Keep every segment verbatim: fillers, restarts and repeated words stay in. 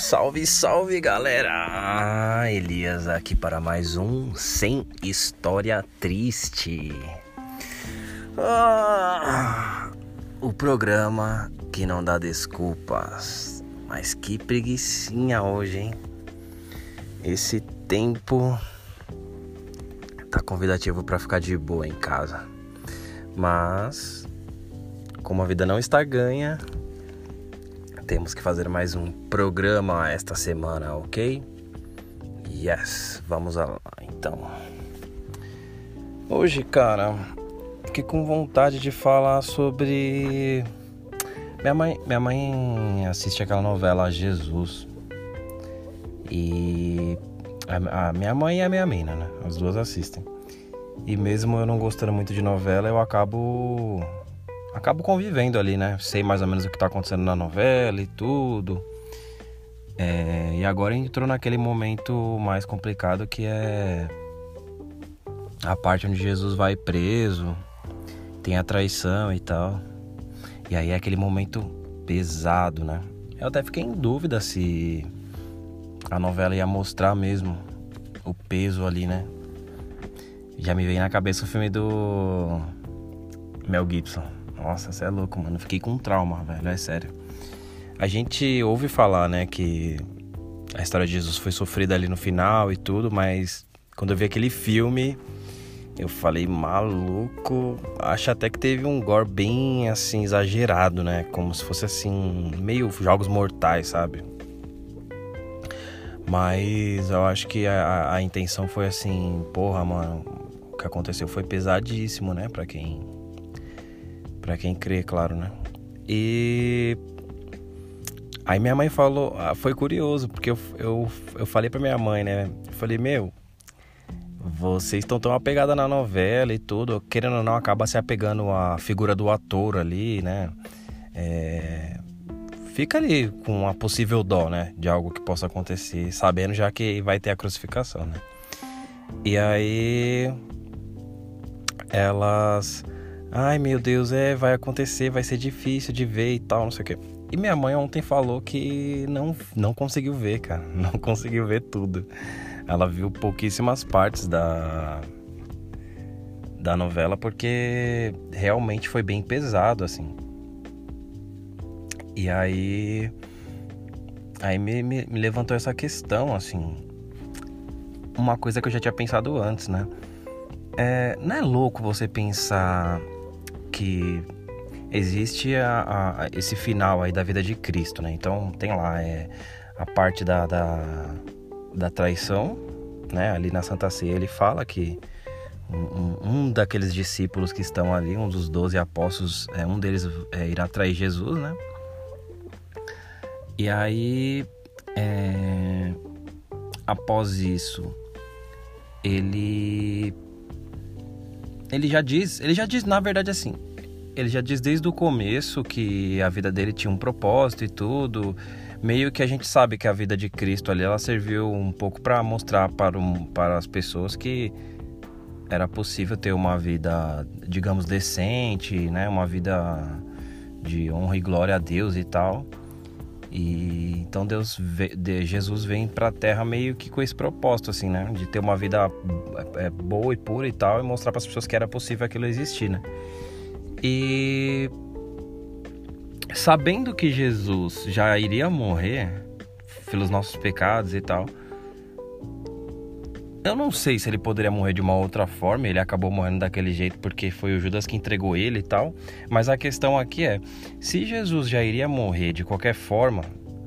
Salve, salve, galera! Elias aqui para mais um Sem História Triste. Ah, o programa que não dá desculpas. Mas que preguicinha hoje, hein? Esse tempo tá convidativo para ficar de boa em casa. Mas, como a vida não está ganha, temos que fazer mais um programa esta semana, ok? Yes, vamos lá então. Hoje, cara, fiquei com vontade de falar sobre... Minha mãe, minha mãe assiste aquela novela Jesus. E a, a minha mãe e a minha mina, né? As duas assistem. E mesmo eu não gostando muito de novela, eu acabo... Acabo convivendo ali, né? Sei mais ou menos o que tá acontecendo na novela e tudo. É, e agora entrou naquele momento mais complicado que é a parte onde Jesus vai preso, tem a traição e tal. E aí é aquele momento pesado, né? Eu até fiquei em dúvida se a novela ia mostrar mesmo o peso ali, né? Já me veio na cabeça o filme do Mel Gibson. Nossa, você é louco, mano. Fiquei com um trauma, velho. É sério. A gente ouve falar, né, que a história de Jesus foi sofrida ali no final e tudo, mas quando eu vi aquele filme, eu falei, maluco. Acho até que teve um gore bem, assim, exagerado, né? Como se fosse, assim, meio Jogos Mortais, sabe? Mas eu acho que a, a intenção foi assim, porra, mano, o que aconteceu foi pesadíssimo, né? Pra quem... Pra quem crê, claro, né? E aí minha mãe falou, foi curioso, porque eu, eu, eu falei pra minha mãe, né? Eu falei, meu, vocês estão tão apegados na novela e tudo, querendo ou não, acaba se apegando à figura do ator ali, né? É, fica ali com a possível dó, né? De algo que possa acontecer, sabendo já que vai ter a crucificação, né? E aí elas... Ai, meu Deus, é, vai acontecer, vai ser difícil de ver e tal, não sei o quê. E minha mãe ontem falou que não, não conseguiu ver, cara. Não conseguiu ver tudo. Ela viu pouquíssimas partes da, da novela, porque realmente foi bem pesado, assim. E aí... Aí me, me, me levantou essa questão, assim. Uma coisa que eu já tinha pensado antes, né? É, não é louco você pensar... que existe a, a, esse final aí da vida de Cristo, né? Então tem lá é, a parte da, da, da traição, né? Ali na Santa Ceia ele fala que um, um daqueles discípulos que estão ali, um dos doze apóstolos, é, um deles é, irá trair Jesus, né? E aí, é, após isso, ele... Ele já diz, ele já diz, na verdade, assim, ele já diz desde o começo que a vida dele tinha um propósito e tudo. Meio que a gente sabe que a vida de Cristo ali, ela serviu um pouco para mostrar para, um, para as pessoas que era possível ter uma vida, digamos, decente, né? Uma vida de honra e glória a Deus e tal. E então Deus, de, Jesus vem pra Terra meio que com esse propósito, assim, né? De ter uma vida é, boa e pura e tal, e mostrar para as pessoas que era possível aquilo existir, né? E sabendo que Jesus já iria morrer pelos nossos pecados e tal, eu não sei se ele poderia morrer de uma outra forma. Ele acabou morrendo daquele jeito porque foi o Judas que entregou ele e tal. Mas a questão aqui é, se Jesus já iria morrer de qualquer forma,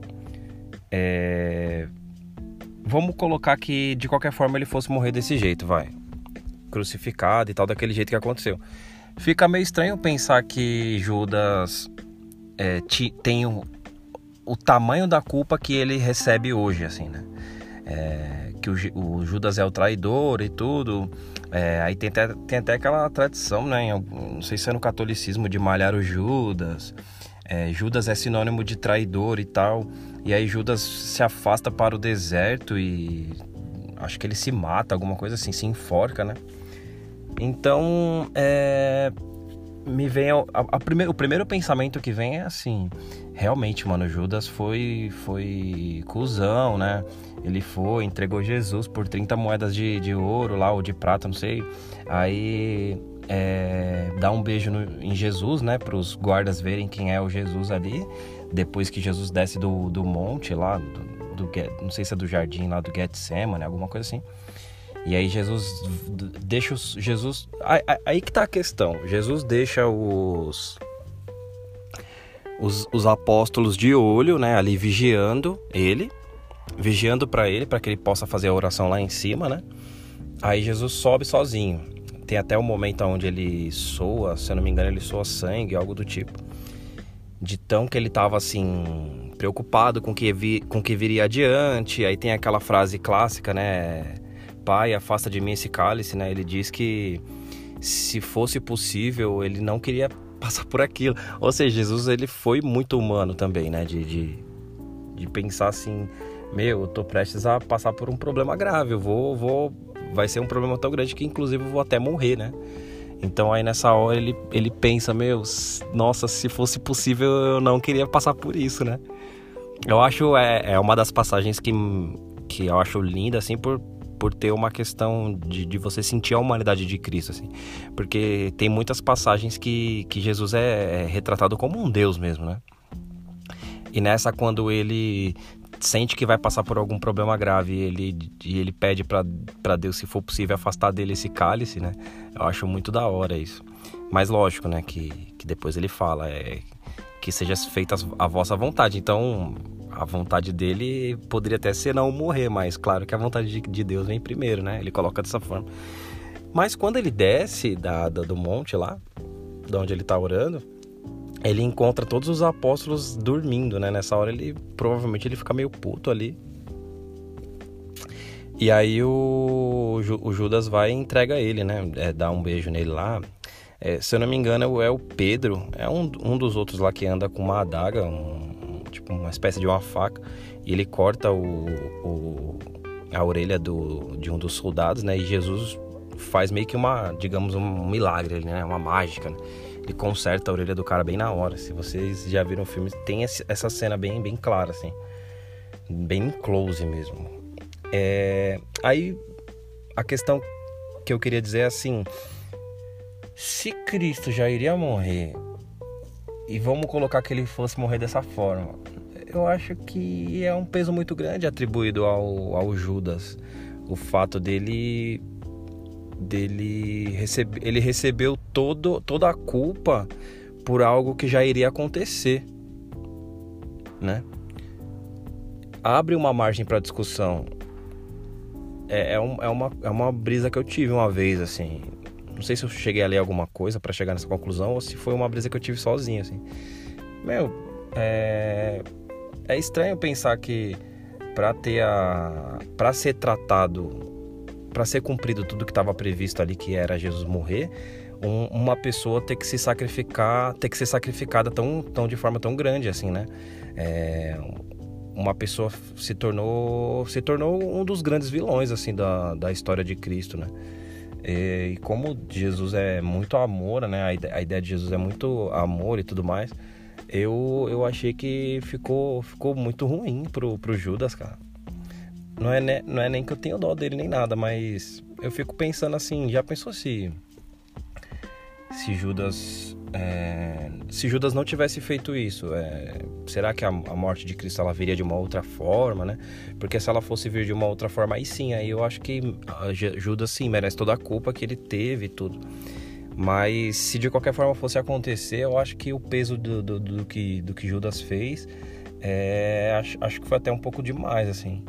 é... vamos colocar que de qualquer forma ele fosse morrer desse jeito, vai, crucificado e tal, daquele jeito que aconteceu. Fica meio estranho pensar que Judas é, t- tem o, o tamanho da culpa que ele recebe hoje, assim, né? É, que o, o Judas é o traidor e tudo. É, aí tem até, tem até aquela tradição, né? Não sei se é no catolicismo, de malhar o Judas. É, Judas é sinônimo de traidor e tal. E aí Judas se afasta para o deserto e acho que ele se mata, alguma coisa assim, se enforca, né? Então, é, me vem a, a prime, o primeiro pensamento que vem é assim, realmente, mano, Judas foi foi cuzão, né? Ele foi, entregou Jesus por trinta moedas de, de ouro lá, ou de prata, não sei. Aí é, dá um beijo no, em Jesus, né? Para os guardas verem quem é o Jesus ali. Depois que Jesus desce do, do monte lá, do, do, não sei se é do jardim lá do Getsemane, alguma coisa assim. E aí Jesus deixa os... Jesus... Aí, aí que tá a questão. Jesus deixa os... Os, os apóstolos de olho, né? Ali vigiando ele. Vigiando para ele, para que ele possa fazer a oração lá em cima, né? Aí Jesus sobe sozinho. Tem até o momento onde ele soa, se eu não me engano, ele soa sangue, algo do tipo. De tão que ele tava assim, preocupado com que vi, com que viria adiante. Aí tem aquela frase clássica, né? Pai, afasta de mim esse cálice, né? Ele diz que se fosse possível, ele não queria passar por aquilo. Ou seja, Jesus, ele foi muito humano também, né? De, de, de pensar assim, meu, eu tô prestes a passar por um problema grave, eu vou, vou, vai ser um problema tão grande que inclusive eu vou até morrer, né? Então aí nessa hora ele, ele pensa, meu, nossa, se fosse possível eu não queria passar por isso, né? Eu acho, é, é uma das passagens que, que eu acho linda, assim, por por ter uma questão de, de você sentir a humanidade de Cristo, assim. Porque tem muitas passagens que, que Jesus é, é retratado como um Deus mesmo, né? E nessa, quando ele sente que vai passar por algum problema grave e ele, e ele pede para Deus, se for possível, afastar dele esse cálice, né? Eu acho muito da hora isso. Mas lógico, né, que, que depois ele fala é, que seja feita a vossa vontade. Então, a vontade dele poderia até ser não morrer, mas claro que a vontade de, de Deus vem primeiro, né? Ele coloca dessa forma. Mas quando ele desce da, da, do monte lá, de onde ele tá orando, ele encontra todos os apóstolos dormindo, né? Nessa hora ele, provavelmente ele fica meio puto ali. E aí o, o Judas vai e entrega ele, né? É, dá um beijo nele lá. É, se eu não me engano é o Pedro, é um, um dos outros lá que anda com uma adaga, um, tipo uma espécie de uma faca, e ele corta o, o, a orelha do, de um dos soldados, né? E Jesus faz meio que uma, digamos, um milagre, né? Uma mágica, né? Ele conserta a orelha do cara bem na hora. Se vocês já viram o filme, tem essa cena bem, bem clara, assim, bem close mesmo. É... Aí a questão que eu queria dizer é assim: se Cristo já iria morrer, e vamos colocar que ele fosse morrer dessa forma, eu acho que é um peso muito grande atribuído ao, ao Judas. O fato dele, dele recebe, ele recebeu todo, toda a culpa por algo que já iria acontecer, né? Abre uma margem para discussão. É, é, um, é, uma, é uma brisa que eu tive uma vez, assim. Não sei se eu cheguei a ler alguma coisa pra chegar nessa conclusão ou se foi uma brisa que eu tive sozinho, assim. Meu, é... é estranho pensar que pra ter a... pra ser tratado, pra ser cumprido tudo que estava previsto ali, que era Jesus morrer, um, uma pessoa ter que se sacrificar, ter que ser sacrificada tão, tão, de forma tão grande, assim, né? É... Uma pessoa se tornou, se tornou um dos grandes vilões, assim, da, da história de Cristo, né? E como Jesus é muito amor, né? A ideia de Jesus é muito amor e tudo mais. Eu, eu achei que ficou, ficou muito ruim pro, pro Judas, cara. Não é, ne, não é nem que eu tenho dó dele nem nada, mas eu fico pensando assim, já pensou se... Se Judas... É, se Judas não tivesse feito isso, é, será que a, a morte de Cristo ela viria de uma outra forma, né? Porque se ela fosse vir de uma outra forma, aí sim, aí eu acho que Judas sim merece toda a culpa que ele teve e tudo. Mas se de qualquer forma fosse acontecer, eu acho que o peso do, do, do, que, do que Judas fez, é, acho, acho que foi até um pouco demais, assim.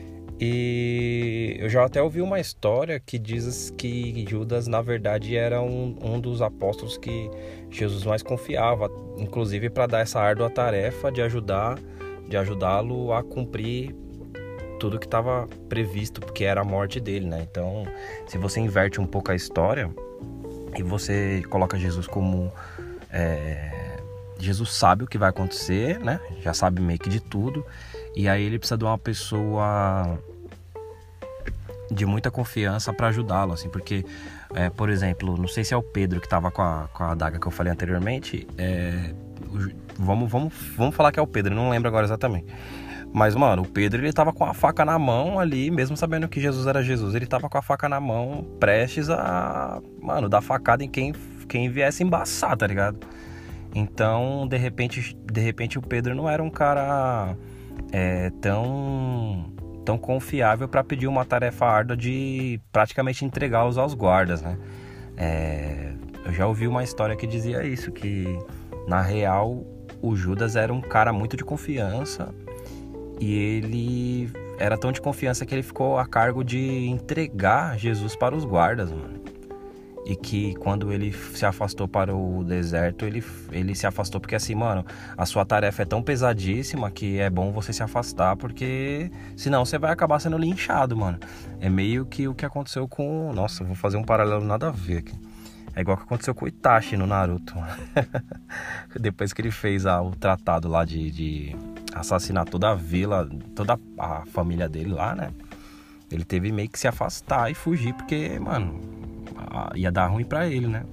E eu já até ouvi uma história que diz que Judas, na verdade, era um, um dos apóstolos que Jesus mais confiava, inclusive para dar essa árdua tarefa de ajudar, de ajudá-lo a cumprir tudo que estava previsto, porque era a morte dele, né? Então, se você inverte um pouco a história e você coloca Jesus como... É, Jesus sabe o que vai acontecer, né? Já sabe meio que de tudo. E aí ele precisa de uma pessoa de muita confiança para ajudá-lo, assim, porque É, por exemplo, não sei se é o Pedro que tava com a, com a adaga que eu falei anteriormente. É, vamos, vamos, vamos falar que é o Pedro, não lembro agora exatamente. Mas, mano, o Pedro, ele tava com a faca na mão ali, mesmo sabendo que Jesus era Jesus, ele tava com a faca na mão, prestes a, mano, dar facada em quem, quem viesse embaçar, tá ligado? Então, de repente, de repente o Pedro não era um cara é, tão, tão confiável pra pedir uma tarefa árdua de praticamente entregá-los aos guardas, né? É, eu já ouvi uma história que dizia isso, que na real o Judas era um cara muito de confiança. E ele era tão de confiança que ele ficou a cargo de entregar Jesus para os guardas, mano. E que quando ele se afastou para o deserto, ele, ele se afastou porque assim, mano, a sua tarefa é tão pesadíssima que é bom você se afastar, porque senão você vai acabar sendo linchado, mano. É meio que o que aconteceu com... Nossa, vou fazer um paralelo nada a ver aqui. É igual que aconteceu com o Itachi no Naruto. Depois que ele fez ah, o tratado lá de, de assassinar toda a vila, toda a família dele lá, né? Ele teve meio que se afastar e fugir, porque, mano, ia dar ruim pra ele, né?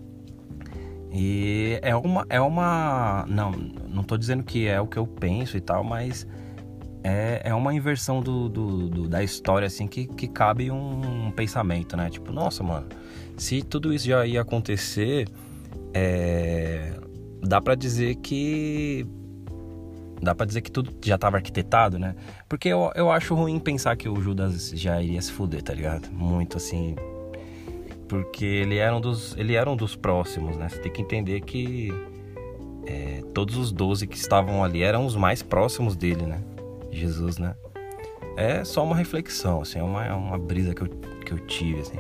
E é uma... É uma não, não tô dizendo que é o que eu penso e tal, mas é, é uma inversão do, do, do, da história, assim, que, que cabe um, um pensamento, né? Tipo, nossa, mano, se tudo isso já ia acontecer, é, dá pra dizer que... Dá pra dizer que tudo já tava arquitetado, né? Porque eu, eu acho ruim pensar que o Judas já iria se fuder, tá ligado? Muito, assim... Porque ele era um dos, ele era um dos próximos, né? Você tem que entender que é, todos os doze que estavam ali eram os mais próximos dele, né? Jesus, né? É só uma reflexão, assim, é uma, é uma brisa que eu, que eu tive, assim.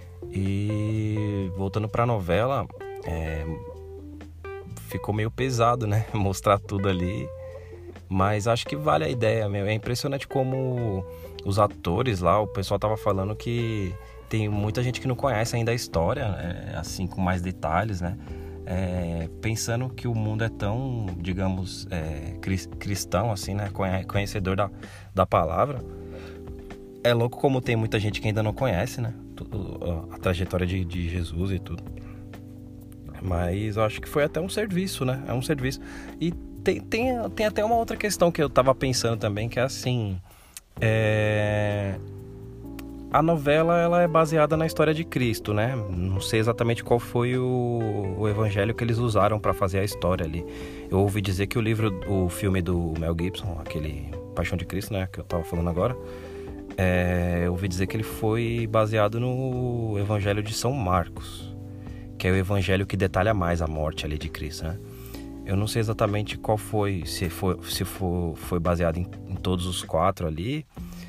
E voltando pra novela, é, ficou meio pesado, né? Mostrar tudo ali. Mas acho que vale a ideia, meu. É impressionante como os atores lá, o pessoal tava falando que tem muita gente que não conhece ainda a história, é, assim, com mais detalhes, né? É, pensando que o mundo é tão, digamos, é, cristão, assim, né? Conhecedor da, da palavra. É louco como tem muita gente que ainda não conhece, né? A trajetória de, de Jesus e tudo. Mas eu acho que foi até um serviço, né? É um serviço. E tem, tem, tem até uma outra questão que eu tava pensando também, que é assim... É... A novela, ela é baseada na história de Cristo, né? Não sei exatamente qual foi o, o evangelho que eles usaram para fazer a história ali. Eu ouvi dizer que o livro, o filme do Mel Gibson, aquele Paixão de Cristo, né? Que eu tava falando agora. É, eu ouvi dizer que ele foi baseado no evangelho de São Marcos, que é o evangelho que detalha mais a morte ali de Cristo, né? Eu não sei exatamente qual foi, se foi, se for, foi baseado em, em todos os quatro ali,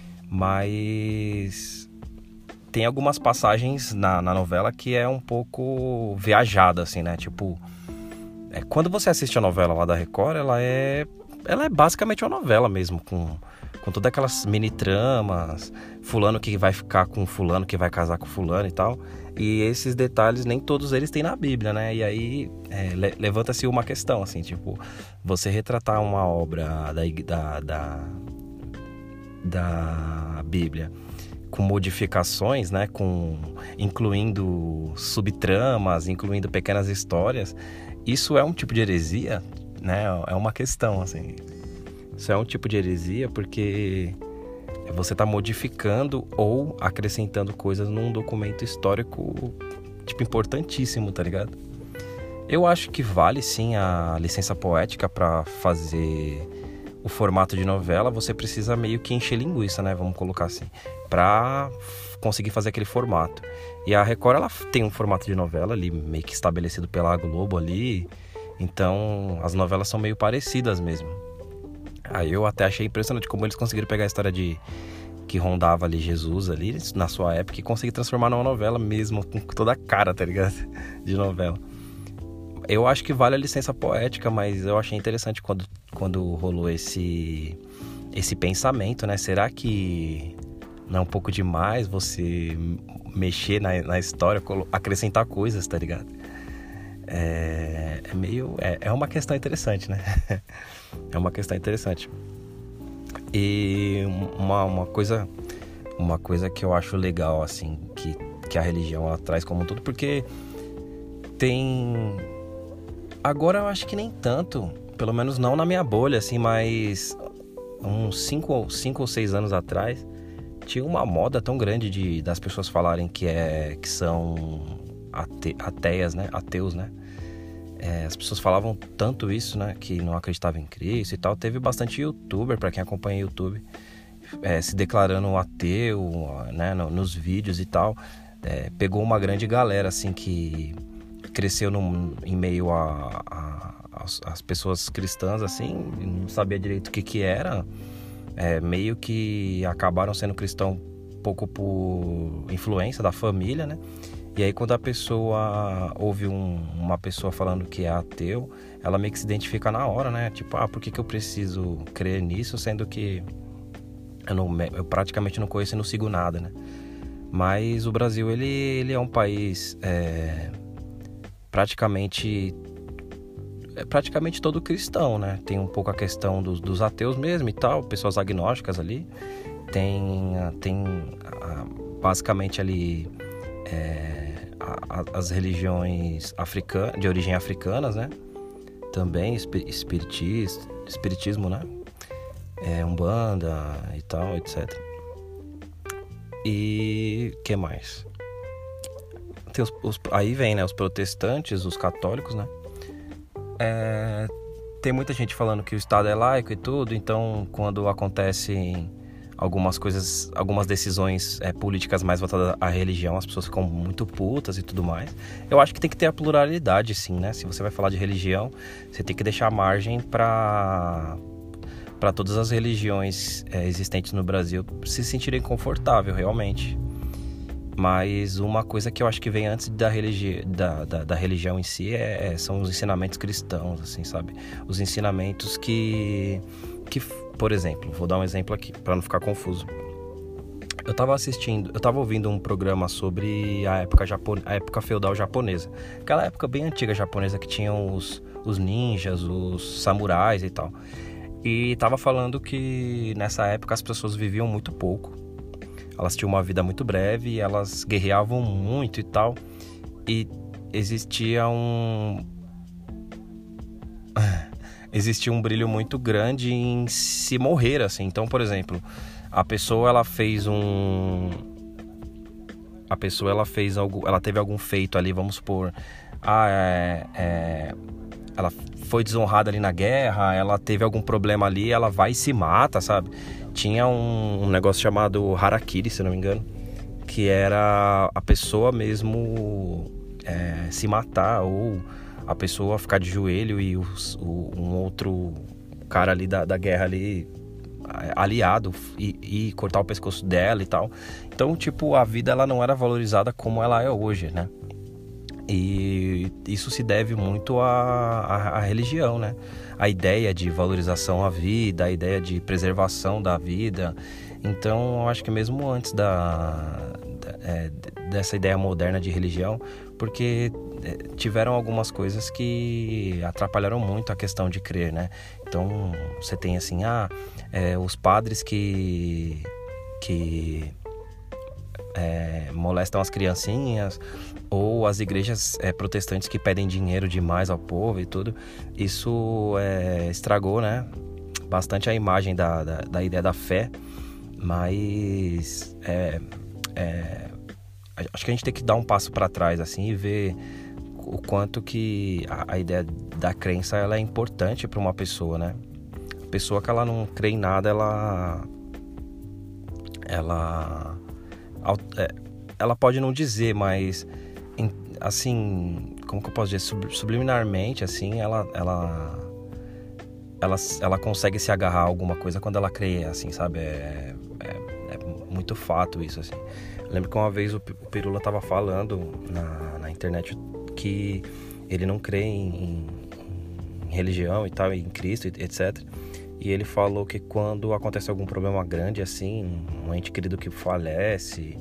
mas... tem algumas passagens na, na novela que é um pouco viajada, assim, né? Tipo, é, quando você assiste a novela lá da Record, ela é, ela é basicamente uma novela mesmo, com, com todas aquelas mini tramas, fulano que vai ficar com fulano, que vai casar com fulano e tal. E esses detalhes, nem todos eles têm na Bíblia, né? E aí é, le, levanta-se uma questão, assim, tipo, você retratar uma obra da, da, da, da Bíblia com modificações, né, com, incluindo subtramas, incluindo pequenas histórias, isso é um tipo de heresia, né? É uma questão, assim. Isso é um tipo de heresia porque você está modificando ou acrescentando coisas num documento histórico, tipo, importantíssimo, tá ligado? Eu acho que vale sim a licença poética para fazer o formato de novela. Você precisa meio que encher linguiça, né? Vamos colocar assim, pra conseguir fazer aquele formato. E a Record, ela tem um formato de novela ali, meio que estabelecido pela Globo ali. Então, as novelas são meio parecidas mesmo. Aí eu até achei impressionante como eles conseguiram pegar a história de... que rondava ali Jesus ali, na sua época, e conseguir transformar numa novela mesmo, com toda a cara, tá ligado? De novela. Eu acho que vale a licença poética, mas eu achei interessante quando, quando rolou esse, esse pensamento, né? Será que não é um pouco demais você mexer na, na história, acrescentar coisas, tá ligado? É, é meio... É, é uma questão interessante, né? É uma questão interessante. E uma, uma coisa... Uma coisa que eu acho legal, assim, que que a religião ela traz como um todo, porque tem... Agora eu acho que nem tanto, pelo menos não na minha bolha, assim, mas uns cinco, cinco ou seis anos atrás, tinha uma moda tão grande de, das pessoas falarem que, é, que são ate, ateias, né? Ateus, né? É, as pessoas falavam tanto isso, né? Que não acreditavam em Cristo e tal. Teve bastante youtuber, para quem acompanha YouTube, é, se declarando ateu, né? No, nos vídeos e tal. É, pegou uma grande galera, assim, que cresceu no, em meio a, a, as, as pessoas cristãs, assim, não sabia direito o que que era. É, meio que acabaram sendo cristão um pouco por influência da família, né? E aí quando a pessoa ouve um, uma pessoa falando que é ateu, ela meio que se identifica na hora, né? Tipo, ah, por que que eu preciso crer nisso, sendo que eu, não, eu praticamente não conheço e não sigo nada, né? Mas o Brasil, ele, ele é um país é, praticamente... é praticamente todo cristão, né? Tem um pouco a questão dos, dos ateus mesmo e tal, pessoas agnósticas ali. Tem, tem basicamente ali é, a, a, as religiões africanas, de origem africanas, né? Também espiritismo, espiritismo, né? É, Umbanda e tal, etcétera. E que mais? Tem os, os, aí vem, né? Os protestantes, os católicos, né? É, tem muita gente falando que o Estado é laico e tudo, então quando acontecem algumas coisas, algumas decisões é, políticas mais voltadas à religião, as pessoas ficam muito putas e tudo mais. Eu acho que tem que ter a pluralidade, sim, né? Se você vai falar de religião, você tem que deixar margem para para todas as religiões é, existentes no Brasil se sentirem confortável, realmente. Mas uma coisa que eu acho que vem antes da, religi- da, da, da religião em si é, são os ensinamentos cristãos, assim, sabe? Os ensinamentos que, que, por exemplo, vou dar um exemplo aqui para não ficar confuso. Eu tava assistindo, eu tava ouvindo um programa sobre a época, japon, a época feudal japonesa. Aquela época bem antiga japonesa que tinham os, os ninjas, os samurais e tal. E tava falando que nessa época as pessoas viviam muito pouco. Elas tinham uma vida muito breve, elas guerreavam muito e tal. E existia um... existia um brilho muito grande em se morrer, assim. Então, por exemplo, a pessoa, ela fez um... A pessoa, ela fez algo... Ela teve algum feito ali, vamos supor... Ah, é... é... Ela foi desonrada ali na guerra, ela teve algum problema ali, ela vai e se mata, sabe? Tinha um, um negócio chamado harakiri, se não me engano, que era a pessoa mesmo é, se matar, ou a pessoa ficar de joelho e os, o, um outro cara ali da, da guerra ali, aliado, e, e cortar o pescoço dela e tal. Então, tipo, a vida ela não era valorizada como ela é hoje, né? E isso se deve muito à, à, à religião, né? A ideia de valorização à vida, a ideia de preservação da vida. Então, eu acho que mesmo antes da, da, é, dessa ideia moderna de religião, porque é, tiveram algumas coisas que atrapalharam muito a questão de crer, né? Então, você tem assim, ah, é, os padres que... que É, molestam as criancinhas, ou as igrejas é, protestantes que pedem dinheiro demais ao povo e tudo. Isso é, estragou, né, bastante a imagem da, da, da ideia da fé. Mas é, é, acho que a gente tem que dar um passo para trás assim, e ver o quanto que a, a ideia da crença ela é importante para uma pessoa, né? A pessoa que ela não crê em nada, ela ela ela pode não dizer, mas assim, como que eu posso dizer, subliminarmente, assim, ela, ela, ela, ela consegue se agarrar a alguma coisa quando ela crê, assim, sabe? É, é, é muito fato isso, assim. Eu lembro que uma vez o Pirula tava falando na, na internet que ele não crê em, em religião e tal, em Cristo, etcétera. E ele falou que quando acontece algum problema grande, assim, um ente querido que falece,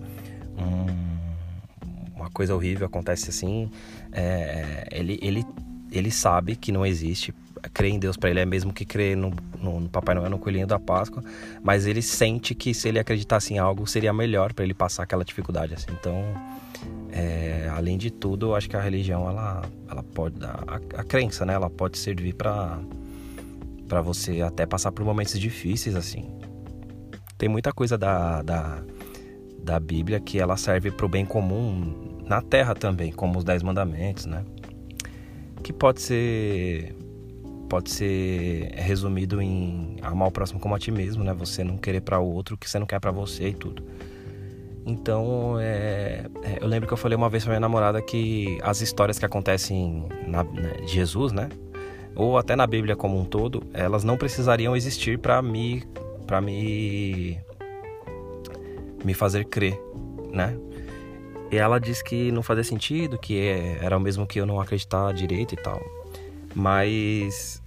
um, uma coisa horrível acontece assim, é, ele, ele, ele sabe que não existe crer em Deus para ele é mesmo que crer no, no, no Papai Noel, no Coelhinho da Páscoa, mas ele sente que se ele acreditasse em algo, seria melhor para ele passar aquela dificuldade, assim. Então, é, além de tudo, eu acho que a religião, ela, ela pode, a, a crença, né, ela pode servir para para você até passar por momentos difíceis, assim. Tem muita coisa da, da, da Bíblia que ela serve para o bem comum na Terra também, como os Dez Mandamentos, né? Que pode ser, pode ser resumido em amar o próximo como a ti mesmo, né? Você não querer para o outro o que você não quer para você e tudo. Então, é, é, eu lembro que eu falei uma vez pra minha namorada que as histórias que acontecem na, né, de Jesus, né? Ou até na Bíblia como um todo, elas não precisariam existir para me, para me, me fazer crer, né? E ela disse que não fazia sentido, que era o mesmo que eu não acreditar direito e tal. Mas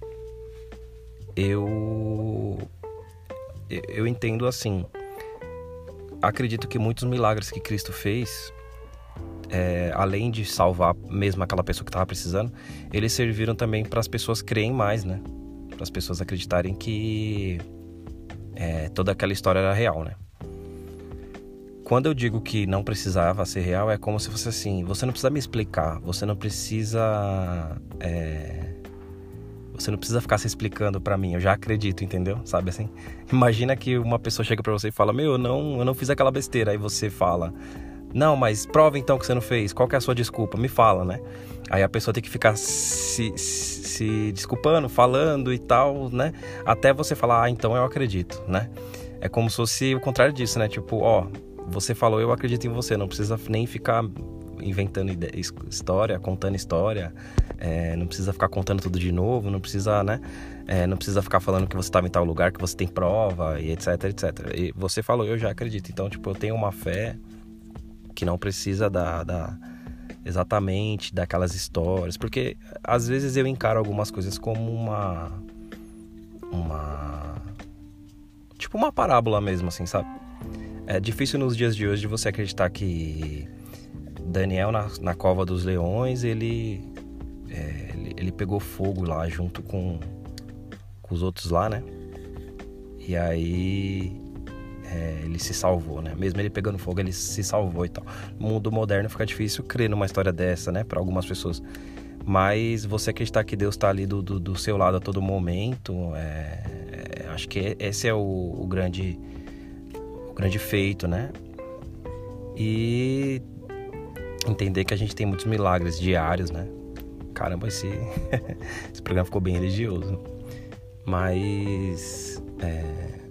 eu eu entendo assim. Acredito que muitos milagres que Cristo fez, é, além de salvar mesmo aquela pessoa que estava precisando, eles serviram também para as pessoas crerem mais, né? Para as pessoas acreditarem que é, toda aquela história era real, né? Quando eu digo que não precisava ser real, é como se fosse assim, você não precisa me explicar, você não precisa... É, você não precisa ficar se explicando pra mim, eu já acredito, entendeu? Sabe assim? Imagina que uma pessoa chega pra você e fala, meu, eu não, eu não fiz aquela besteira. Aí você fala, não, mas prova então que você não fez, qual que é a sua desculpa? Me fala, né? Aí a pessoa tem que ficar se, se, se desculpando, falando e tal, né? Até você falar, ah, então eu acredito, né? É como se fosse o contrário disso, né? Tipo, ó... Você falou, eu acredito em você, não precisa nem ficar inventando ideia, história, contando história, é, não precisa ficar contando tudo de novo, não precisa, né? É, não precisa ficar falando que você estava em tal lugar, que você tem prova, e etc, etcétera. E você falou, eu já acredito. Então, tipo, eu tenho uma fé que não precisa da, da, exatamente daquelas histórias, porque às vezes eu encaro algumas coisas como uma... uma... tipo uma parábola mesmo, assim, sabe? É difícil nos dias de hoje de você acreditar que Daniel na, na cova dos leões, ele, é, ele, ele pegou fogo lá junto com, com os outros lá, né? E aí é, ele se salvou, né? Mesmo ele pegando fogo, ele se salvou e tal. No mundo moderno fica difícil crer numa história dessa, né? Para algumas pessoas. Mas você acreditar que Deus tá ali do, do, do seu lado a todo momento, é, é, acho que esse é o, o grande... o grande feito, né? E entender que a gente tem muitos milagres diários, né? Caramba, esse, esse programa ficou bem religioso. Mas é,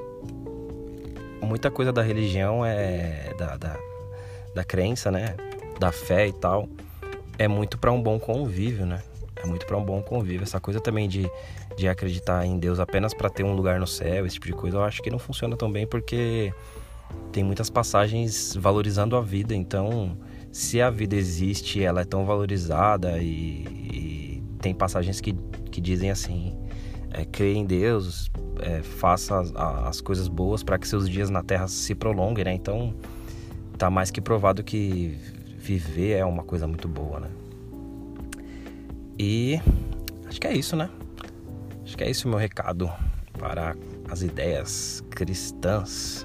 muita coisa da religião é da, da, da crença, né? Da fé e tal, é muito para um bom convívio, né? É muito para um bom convívio. Essa coisa também de, de acreditar em Deus apenas para ter um lugar no céu, esse tipo de coisa, eu acho que não funciona tão bem, porque tem muitas passagens valorizando a vida. Então, se a vida existe, ela é tão valorizada, e, e tem passagens que, que dizem assim, é, crê em Deus, é, faça as, as coisas boas para que seus dias na Terra se prolonguem, né? Então, tá mais que provado que viver é uma coisa muito boa, né? E acho que é isso, né? Acho que é isso o meu recado para as ideias cristãs.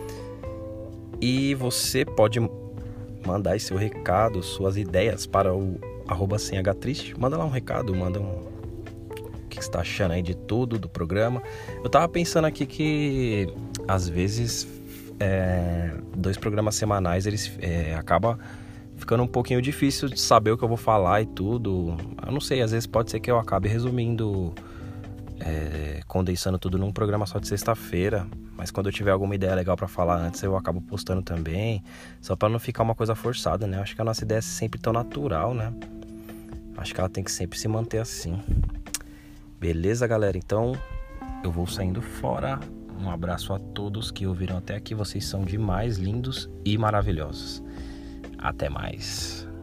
E você pode mandar aí seu recado, suas ideias para o arroba sem H triste. Manda lá um recado, manda um... o que você está achando aí de tudo, do programa. Eu tava pensando aqui que às vezes é, dois programas semanais, eles é, acaba ficando um pouquinho difícil de saber o que eu vou falar e tudo. Eu não sei, às vezes pode ser que eu acabe resumindo, é, condensando tudo num programa só de sexta-feira. Mas quando eu tiver alguma ideia legal pra falar antes, eu acabo postando também, só pra não ficar uma coisa forçada, né? Eu acho que a nossa ideia é sempre tão natural, né? Acho que ela tem que sempre se manter assim. Beleza, galera? Então, eu vou saindo fora. Um abraço a todos que ouviram até aqui. Vocês são demais, lindos e maravilhosos. Até mais.